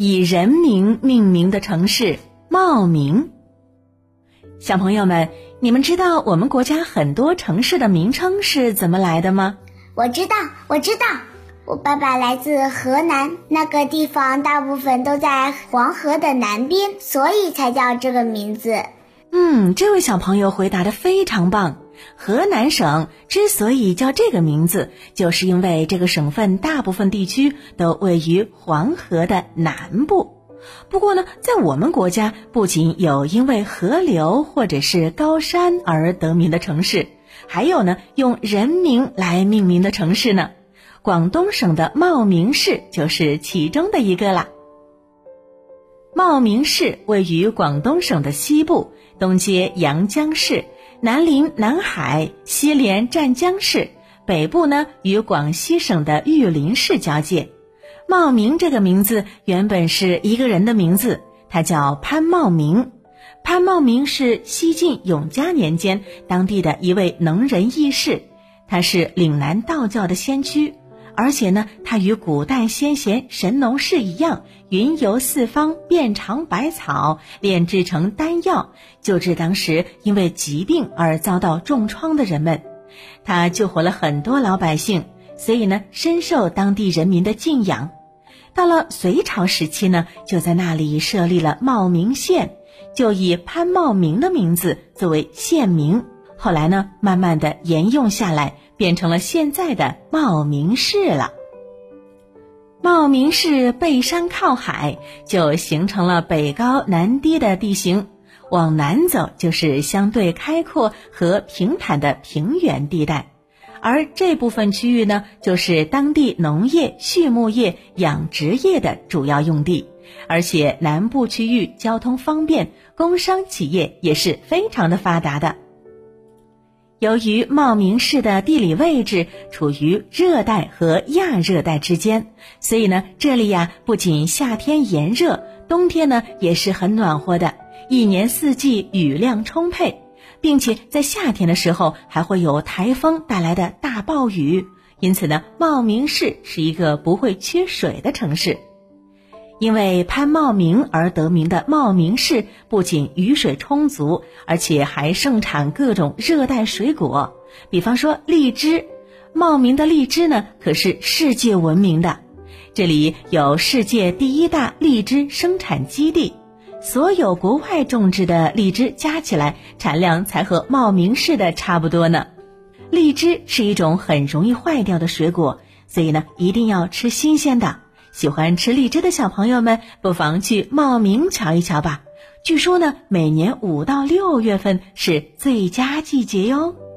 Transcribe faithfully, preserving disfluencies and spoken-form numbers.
以人名命名的城市茂名。小朋友们，你们知道我们国家很多城市的名称是怎么来的吗？ 我知道，我知道。我爸爸来自河南，那个地方大部分都在黄河的南边，所以才叫这个名字。 嗯，这位小朋友回答得非常棒。河南省之所以叫这个名字，就是因为这个省份大部分地区都位于黄河的南部。不过呢，在我们国家不仅有因为河流或者是高山而得名的城市，还有呢用人名来命名的城市呢。广东省的茂名市就是其中的一个啦。茂名市位于广东省的西部，东接阳江市，南临南海，西连湛江市，北部呢与广西省的玉林市交界。茂名这个名字原本是一个人的名字，他叫潘茂名。潘茂名是西晋永嘉年间当地的一位能人义士，他是岭南道教的先驱，而且呢，他与古代先贤神农氏一样，云游四方，遍尝百草，炼制成丹药，救治当时因为疾病而遭到重创的人们。他救活了很多老百姓，所以呢，深受当地人民的敬仰。到了隋朝时期呢，就在那里设立了茂名县，就以潘茂名的名字作为县名。后来呢，慢慢的沿用下来，变成了现在的茂名市了。茂名市背山靠海，就形成了北高南低的地形，往南走就是相对开阔和平坦的平原地带。而这部分区域呢，就是当地农业、畜牧业、养殖业的主要用地，而且南部区域交通方便，工商企业也是非常的发达的。由于茂名市的地理位置处于热带和亚热带之间，所以呢，这里呀不仅夏天炎热，冬天呢也是很暖和的，一年四季雨量充沛，并且在夏天的时候还会有台风带来的大暴雨，因此呢，茂名市是一个不会缺水的城市。因为潘茂名而得名的茂名市不仅雨水充足，而且还盛产各种热带水果，比方说荔枝。茂名的荔枝呢，可是世界闻名的，这里有世界第一大荔枝生产基地，所有国外种植的荔枝加起来产量才和茂名市的差不多呢。荔枝是一种很容易坏掉的水果，所以呢，一定要吃新鲜的。喜欢吃荔枝的小朋友们，不妨去茂名瞧一瞧吧。据说呢，每年五到六月份是最佳季节哟。